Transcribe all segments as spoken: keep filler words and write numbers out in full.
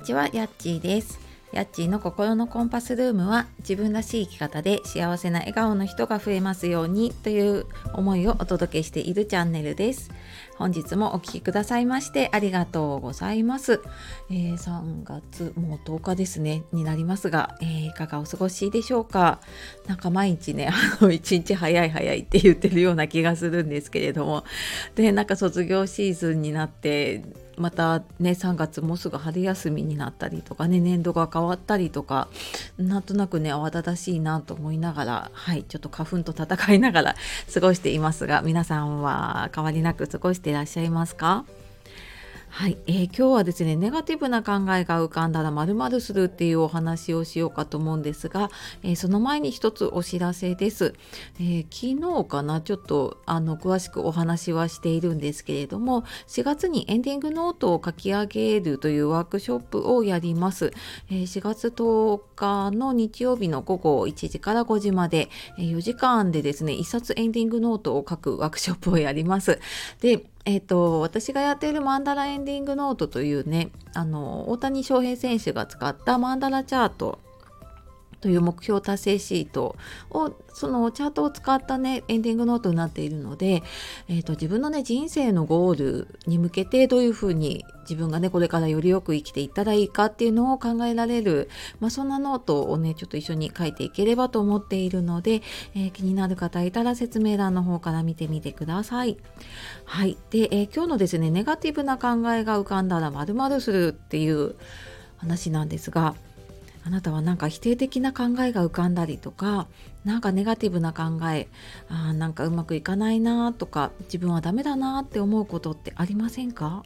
にちは、やっちーです。やっちーの心のコンパスルームは、自分らしい生き方で幸せな笑顔の人が増えますようにという思いをお届けしているチャンネルです。本日もお聞きくださいましてありがとうございます。えー、さんがつもうとおかですねになりますが、えー、いかがお過ごしでしょうか。なんか毎日ねあの一日早い早いって言ってるような気がするんですけれども、でなんか卒業シーズンになってまたねさんがつもうすぐ春休みになったりとかね、年度が変わったりとか、なんとなくね慌ただしいなと思いながら、はいちょっと花粉と戦いながら過ごしていますが、皆さんは変わりなく過ごしていらっしゃいますか？はい、えー今日はですね、ネガティブな考えが浮かんだら〇〇するっていうお話をしようかと思うんですが、えーその前に一つお知らせです。えー昨日かな、ちょっとあの詳しくお話はしているんですけれども、しがつにエンディングノートを書き上げるというワークショップをやります。えーしがつとおかの日曜日の午後いちじからごじまで、えーよじかんでですね、一冊エンディングノートを書くワークショップをやります。でえー、と私がやっているマンダラエンディングノートというね、あの大谷翔平選手が使ったマンダラチャートという目標達成シートを、そのチャートを使ったねエンディングノートになっているので、えー、と自分のね人生のゴールに向けてどういうふうに自分がねこれからよりよく生きていったらいいかっていうのを考えられる、まあ、そんなノートをねちょっと一緒に書いていければと思っているので、えー気になる方いたら説明欄の方から見てみてください。はい。で、えー今日のですねネガティブな考えが浮かんだら〇〇するっていう話なんですが、あなたはなんか否定的な考えが浮かんだりとか、なんかネガティブな考え、あーなんかうまくいかないなとか、自分はダメだなって思うことってありませんか？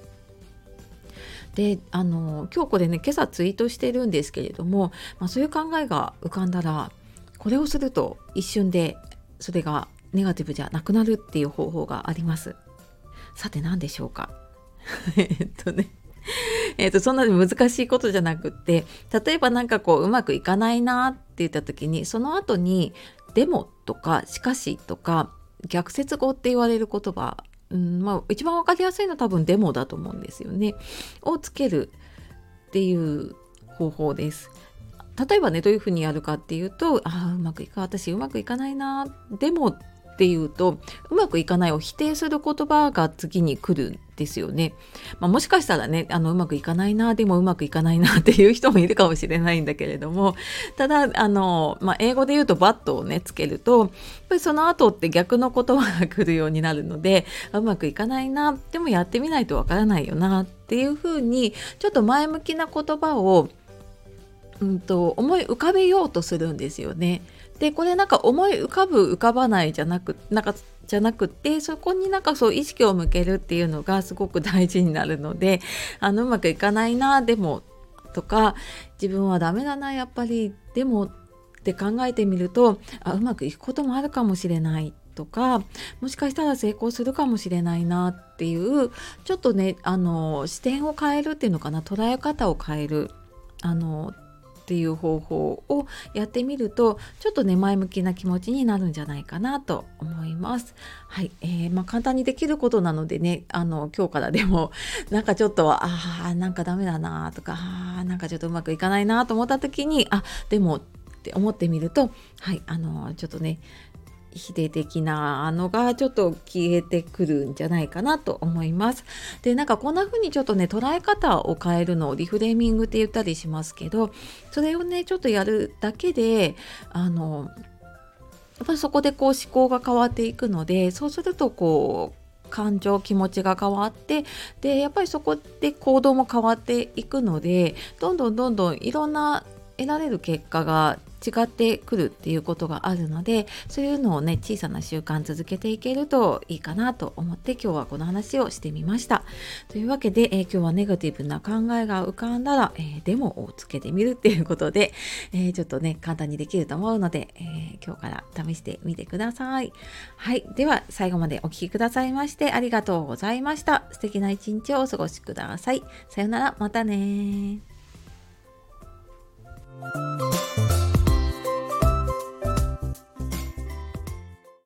で、あの今日これね今朝ツイートしてるんですけれども、まあ、そういう考えが浮かんだら、これをすると一瞬でそれがネガティブじゃなくなるっていう方法があります。さて何でしょうか？えっとねえっとそんなに難しいことじゃなくって、例えばなんかこううまくいかないなって言った時に、その後にでもとかしかしとか逆接語って言われる言葉、うんまあ、一番わかりやすいのは多分でもだと思うんですよね、をつけるっていう方法です。例えばねどういうふうにやるかっていうと、ああうまくいか私うまくいかないな、でもっていうと、うまくいかないを否定する言葉が次に来るんですよね。まあ、もしかしたらねあのうまくいかないな、でもうまくいかないなっていう人もいるかもしれないんだけれども、ただあの、まあ、英語で言うとバットをねつけると、やっぱりその後って逆の言葉が来るようになるので、あうまくいかないな、でもやってみないとわからないよなっていうふうに、ちょっと前向きな言葉をうんと思い浮かべようとするんですよね。でこれなんか思い浮かぶ浮かばないじゃなくなんかじゃなくて、そこになんかそう意識を向けるっていうのがすごく大事になるので、あのうまくいかないなでもとか、自分はダメだなやっぱりでもって考えてみると、あうまくいくこともあるかもしれないとか、もしかしたら成功するかもしれないなっていう、ちょっとねあの視点を変えるっていうのかな、捉え方を変えるあのっていう方法をやってみると、ちょっとね前向きな気持ちになるんじゃないかなと思います。はい、えーまあ、簡単にできることなのでね、あの今日からでもなんかちょっとあーなんかダメだなとか、あーなんかちょっとうまくいかないなと思った時に、あでもって思ってみると、はいあのちょっとね否定的なのがちょっと消えてくるんじゃないかなと思います。でなんかこんな風にちょっとね捉え方を変えるのをリフレーミングって言ったりしますけど、それをねちょっとやるだけであのやっぱりそこでこう思考が変わっていくので、そうするとこう感情気持ちが変わって、でやっぱりそこで行動も変わっていくので、どんどんどんどんいろんな得られる結果が違ってくるっていうことがあるので、そういうのをね小さな習慣続けていけるといいかなと思って、今日はこの話をしてみました。というわけで、えー今日はネガティブな考えが浮かんだら、えーでもをつけてみるっていうことで、えーちょっとね簡単にできると思うので、えー今日から試してみてください。はい、では最後までお聞きくださいましてありがとうございました。素敵な一日をお過ごしください。さよなら、またね。